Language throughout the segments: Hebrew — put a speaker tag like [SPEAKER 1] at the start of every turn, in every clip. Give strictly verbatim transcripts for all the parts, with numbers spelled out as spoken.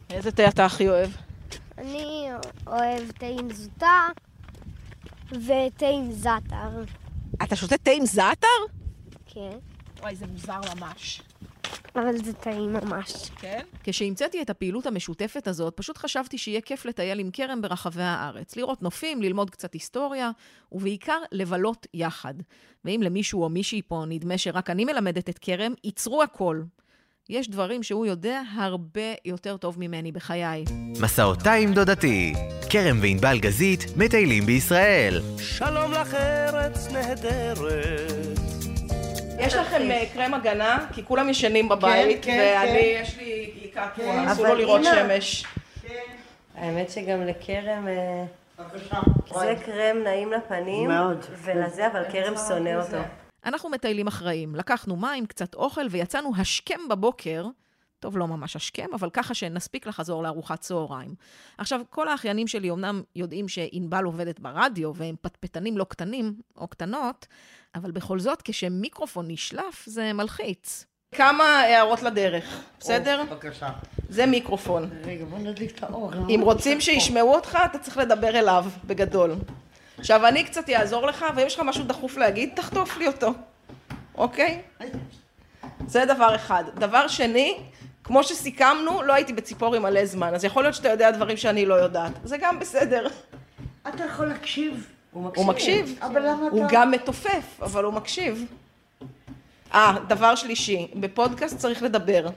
[SPEAKER 1] איזה תה אתה הכי אוהב?
[SPEAKER 2] אני אוהב תה עם זוטה ותה עם זאטר.
[SPEAKER 1] אתה שותה תה עם זאטר?
[SPEAKER 2] כן.
[SPEAKER 1] וואי, זה מוזר ממש.
[SPEAKER 2] אבל זה טעים ממש.
[SPEAKER 1] כן? כשהמצאתי את הפעילות המשותפת הזאת, פשוט חשבתי שיהיה כיף לטייל עם קרם ברחבי הארץ, לראות נופים, ללמוד קצת היסטוריה, ובעיקר לבלות יחד. ואם למישהו או מישהי פה נדמה שרק אני מלמדת את קרם, ייצרו הכל. יש דברים שהוא יודע הרבה יותר טוב ממני בחיי.
[SPEAKER 3] מסעותיים דודתי, קרם וענבל גזית מטיילים בישראל.
[SPEAKER 4] שלום לך ארץ נהדרת.
[SPEAKER 1] יש לכם קרם הגנה? כי כולם ישנים בבית, ואני, יש לי קעקוע, אסור לו לראות שמש.
[SPEAKER 5] האמת שגם לקרם, זה קרם נעים לפנים ולזה, אבל קרם שונא אותו.
[SPEAKER 1] אנחנו מטיילים אחראים, לקחנו מים, קצת אוכל, ויצאנו השכם בבוקר, טוב, לא ממש השכם, אבל ככה שנספיק לחזור לארוחת צהריים. עכשיו, כל האחיינים שלי אומנם יודעים שענבל עובדת ברדיו, והם פטפטנים לא קטנים או קטנות, אבל בכל זאת, כשמיקרופון נשלף, זה מלחיץ. כמה הערות לדרך, בסדר?
[SPEAKER 6] בבקשה.
[SPEAKER 1] זה מיקרופון.
[SPEAKER 6] רגע, בוא נדליק את האור.
[SPEAKER 1] אם רוצים שישמעו אותך, אתה צריך לדבר אליו בגדול. עכשיו, אני קצת יעזור לך, ואם יש לך משהו דחוף להגיד, תחטוף לי אותו. אוקיי? זה דבר אחד. דבר שני, כמו שסיכמנו, לא הייתי בציפורי מלא זמן, אז יכול להיות שאתה יודע דברים שאני לא יודעת. זה גם בסדר.
[SPEAKER 6] אתה יכול להקשיב.
[SPEAKER 1] הוא מקשיב.
[SPEAKER 6] אבל למה אתה...
[SPEAKER 1] הוא גם מתופף, אבל הוא מקשיב. אה, דבר שלישי, בפודקאסט צריך לדבר.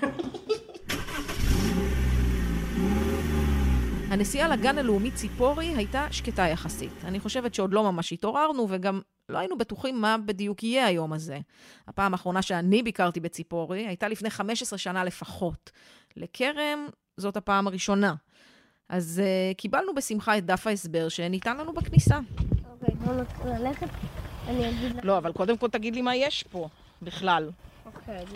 [SPEAKER 1] הנסיעה לגן הלאומי ציפורי הייתה שקטה יחסית. אני חושבת שעוד לא ממש התעוררנו, וגם לא היינו בטוחים מה בדיוק יהיה היום הזה. הפעם האחרונה שאני ביקרתי בציפורי הייתה לפני חמש עשרה שנה לפחות. לקרם זאת הפעם הראשונה. אז uh, קיבלנו בשמחה את דף ההסבר שניתן לנו בכניסה.
[SPEAKER 2] אוקיי, בוא נתחיל ללכת. אני אגיד לך.
[SPEAKER 1] לא, אבל קודם כל תגיד לי מה יש פה, בכלל.
[SPEAKER 2] אוקיי.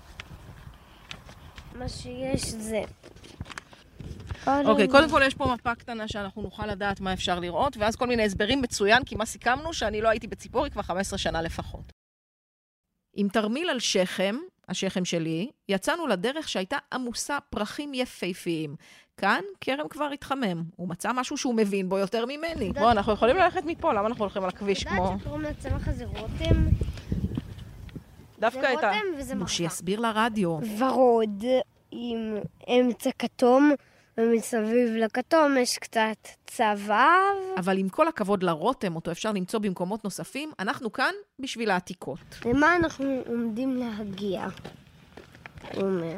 [SPEAKER 2] מה שיש זה...
[SPEAKER 1] אוקיי, קודם כל יש פה מפה קטנה שאנחנו נוכל לדעת מה אפשר לראות, ואז כל מיני הסברים מצוין, כי מה סיכמנו? שאני לא הייתי בציפורי כבר חמש עשרה שנה לפחות. עם תרמיל על שכם, השכם שלי, יצאנו לדרך שהייתה עמוסה פרחים יפהפיים. כאן קרם כבר התחמם, הוא מצא משהו שהוא מבין בו יותר ממני. בוא, אנחנו יכולים ללכת מפה, למה אנחנו הולכים על הכביש כמו...
[SPEAKER 2] יודעת שקוראים לצמח הזה רותם?
[SPEAKER 1] דווקא את ה...
[SPEAKER 2] זה רותם וזה מרחק.
[SPEAKER 1] שיסביר לרדיו.
[SPEAKER 2] ורוד עם אמצע כתום, ומסביב לכתום יש קצת צבב.
[SPEAKER 1] אבל עם כל הכבוד לרותם, אותו אפשר למצוא במקומות נוספים, אנחנו כאן בשביל העתיקות.
[SPEAKER 2] למה אנחנו עומדים להגיע? הוא אומר,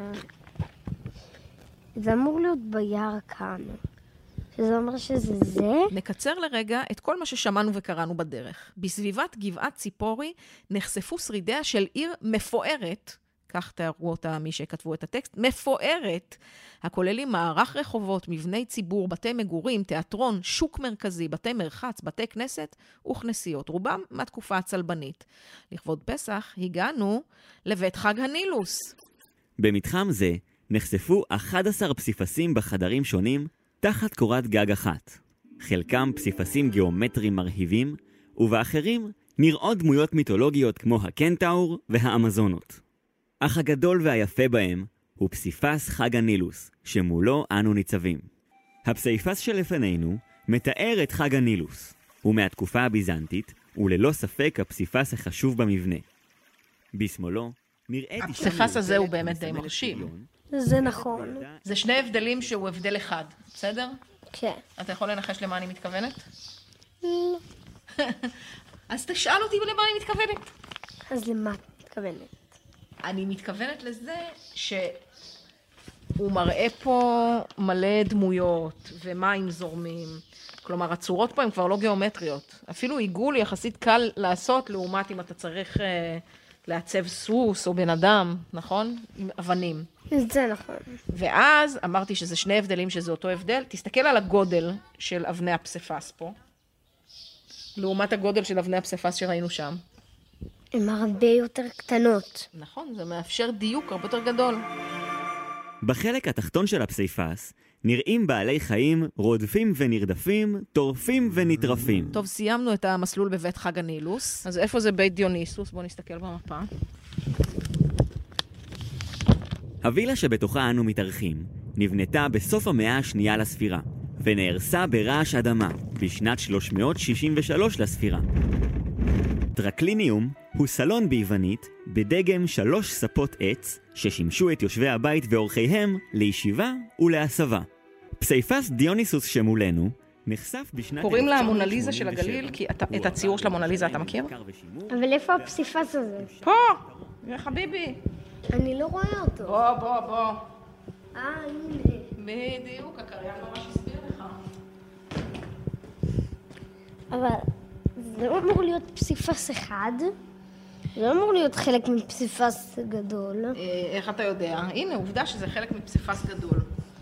[SPEAKER 2] זה אמור להיות ביער כאן. שזה אומר שזה זה?
[SPEAKER 1] נקצר לרגע את כל מה ששמענו וקראנו בדרך. בסביבת גבעת ציפורי נחשפו שרידיה של עיר מפוארת, כך תיארו אותה מי שכתבו את הטקסט, מפוארת, הכוללים מערך רחובות, מבני ציבור, בתי מגורים, תיאטרון, שוק מרכזי, בתי מרחץ, בתי כנסת וכנסיות, רובם מהתקופה הצלבנית. לכבוד פסח הגענו לבית חג הנילוס.
[SPEAKER 7] במתחם זה נחשפו אחד עשר פסיפסים בחדרים שונים תחת קורת גג אחת. חלקם פסיפסים גיאומטריים מרהיבים, ובאחרים נראות דמויות מיתולוגיות כמו הקנטאור והאמזונות. אך הגדול והיפה בהם הוא פסיפס חג הנילוס, שמולו אנו ניצבים. הפסיפס שלפנינו מתאר את חג הנילוס. הוא מהתקופה הביזנטית, וללא ספק הפסיפס החשוב במבנה. בשמאלו נראית...
[SPEAKER 1] הפסיפס הזה הוא באמת די מרשים.
[SPEAKER 2] זה נכון.
[SPEAKER 1] זה שני הבדלים שהוא הבדל אחד, בסדר?
[SPEAKER 2] כן.
[SPEAKER 1] אתה יכול לנחש למה אני מתכוונת?
[SPEAKER 2] לא.
[SPEAKER 1] אז תשאל אותי למה אני מתכוונת.
[SPEAKER 2] אז למה את מתכוונת?
[SPEAKER 1] אני מתכוונת לזה שהוא מראה פה מלא דמויות ומים זורמים. כלומר, הצורות פה הן כבר לא גיאומטריות. אפילו עיגול יחסית קל לעשות לעומת אם אתה צריך אה, לעצב סוס או בן אדם, נכון? עם אבנים.
[SPEAKER 2] זה נכון.
[SPEAKER 1] ואז אמרתי שזה שני הבדלים שזה אותו הבדל. תסתכל על הגודל של אבני הפסיפס פה, לעומת הגודל של אבני הפסיפס שראינו שם.
[SPEAKER 2] הן הרבה יותר קטנות.
[SPEAKER 1] נכון, זה מאפשר דיוק הרבה יותר גדול.
[SPEAKER 7] בחלק התחתון של הפסיפס נראים בעלי חיים רודפים ונרדפים, טורפים ונטרפים.
[SPEAKER 1] טוב, סיימנו את המסלול בבית חג הנילוס. אז איפה זה בית דיוניסוס? בואו נסתכל במפה.
[SPEAKER 7] הווילה שבתוכה אנו מתארחים נבנתה בסוף המאה השנייה לספירה, ונהרסה ברעש אדמה בשנת שלוש מאות שישים ושלוש לספירה. טרקליניום הוא סלון ביוונית בדגם שלוש ספות עץ ששימשו את יושבי הבית ואורחיהם לישיבה ולהסבה. פסיפס דיוניסוס שמולנו נחשף בשנת...
[SPEAKER 1] קוראים לה המונליזה של הגליל, כי אתה, את הציור של המונליזה אתה מכיר?
[SPEAKER 2] אבל איפה הפסיפס הזה?
[SPEAKER 1] פה! יא חביבי!
[SPEAKER 2] אני לא רואה אותו.
[SPEAKER 1] בוא, בוא, בוא.
[SPEAKER 2] אה, הנה.
[SPEAKER 1] בדיוק, הקריין ממש הסביר לך.
[SPEAKER 2] אבל זה לא אמור להיות פסיפס אחד, זה לא אמור להיות חלק מפסיפס גדול.
[SPEAKER 1] איך אתה יודע? הנה, עובדה שזה חלק מפסיפס גדול.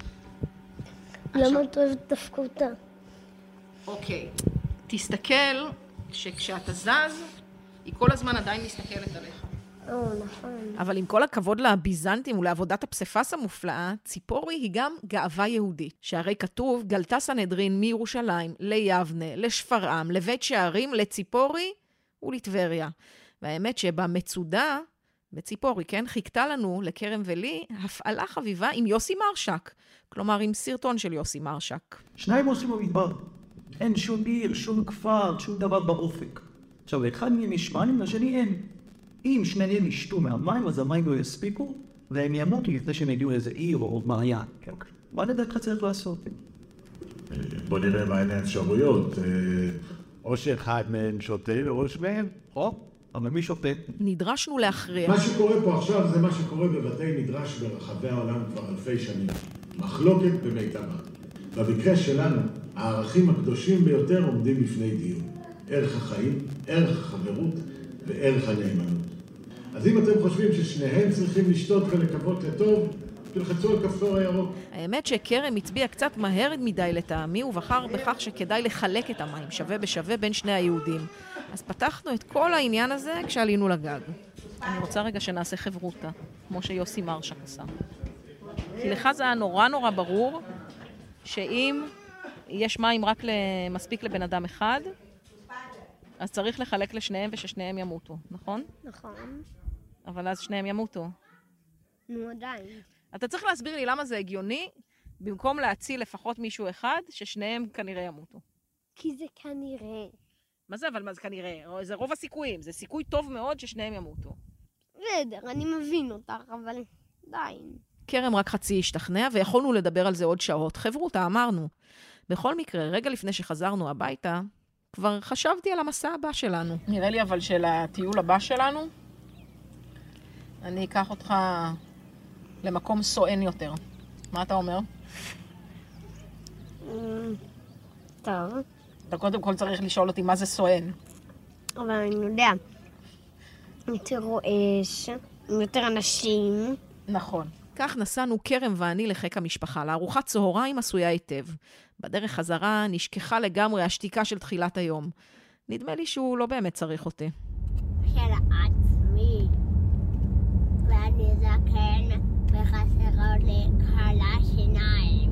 [SPEAKER 2] למה את אוהבת דווקא אותה?
[SPEAKER 1] אוקיי, תסתכל שכשאתה זז, היא כל הזמן עדיין מסתכלת עליך.
[SPEAKER 2] או, נכון.
[SPEAKER 1] אבל עם כל הכבוד לביזנטים ולעבודת הפסיפס המופלאה, ציפורי היא גם גאווה יהודית. שהרי כתוב, גלתה סנהדרין מירושלים ליבנה, לשפרעם, לבית שערים, לציפורי ולטבריה. והאמת שבמצודה, בציפורי, כן, חיכתה לנו, לכרם ולי, הפעלה חביבה עם יוסי מרשק. כלומר, עם סרטון של יוסי מרשק.
[SPEAKER 8] שניים עושים במדבר. אין שום עיר, שום כפר, שום דבר באופק. עכשיו, אחד מהם יש מים, לשני אין. אם שניהם ישתו מהמים, אז המים לא יספיקו, והם ימותו לפני שהם יגיעו לאיזה עיר או מעיין. מה לדעתך צריך לעשות?
[SPEAKER 9] בוא נראה מה הן האפשרויות. או שאחד מהן שותה, או שמהם.
[SPEAKER 8] או, אבל מי שותה?
[SPEAKER 1] נדרשנו להכריע.
[SPEAKER 9] מה שקורה פה עכשיו זה מה שקורה בבתי מדרש ברחבי העולם כבר אלפי שנים. מחלוקת במיטבה. במקרה שלנו, הערכים הקדושים ביותר עומדים בפני דיון. ערך החיים, ערך החברות וערך הנאמנות. אז אם אתם חושבים ששניהם צריכים לשתות ולקוות לטוב, תלחצו על כפתור הירוק.
[SPEAKER 1] האמת שכרם הצביע קצת מהר מדי לטעמי, ובחר בכך שכדאי לחלק את המים, שווה בשווה בין שני היהודים. אז פתחנו את כל העניין הזה כשעלינו לגג. אני רוצה רגע שנעשה חברותה, כמו שיוסי מרשק עשה. כי לך זה היה נורא נורא ברור, שאם יש מים רק מספיק לבן אדם אחד, אז צריך לחלק לשניהם וששניהם ימותו, נכון?
[SPEAKER 2] נכון.
[SPEAKER 1] אבל אז שניהם ימותו.
[SPEAKER 2] נו, עדיין.
[SPEAKER 1] אתה צריך להסביר לי למה זה הגיוני, במקום להציל לפחות מישהו אחד, ששניהם כנראה ימותו.
[SPEAKER 2] כי זה כנראה.
[SPEAKER 1] מה זה אבל מה זה כנראה? זה רוב הסיכויים, זה סיכוי טוב מאוד ששניהם ימותו.
[SPEAKER 2] בסדר, אני מבין אותך, אבל די.
[SPEAKER 1] כרם רק חצי השתכנע, ויכולנו לדבר על זה עוד שעות. חברותה, אמרנו. בכל מקרה, רגע לפני שחזרנו הביתה, כבר חשבתי על המסע הבא שלנו. נראה לי אבל של הטיול הבא שלנו, אני אקח אותך למקום סואן יותר. מה אתה אומר?
[SPEAKER 2] טוב.
[SPEAKER 1] אתה קודם כל צריך לשאול אותי מה זה סואן.
[SPEAKER 2] אבל אני יודע, יותר רועש, יותר אנשים.
[SPEAKER 1] נכון. כך נסענו כרם ואני לחיק המשפחה, לארוחת צהריים עשויה היטב. בדרך חזרה נשכחה לגמרי השתיקה של תחילת היום. נדמה לי שהוא לא באמת צריך אותי.
[SPEAKER 2] של עצמי. ואני זקן וחסרות לי כלה שיניים.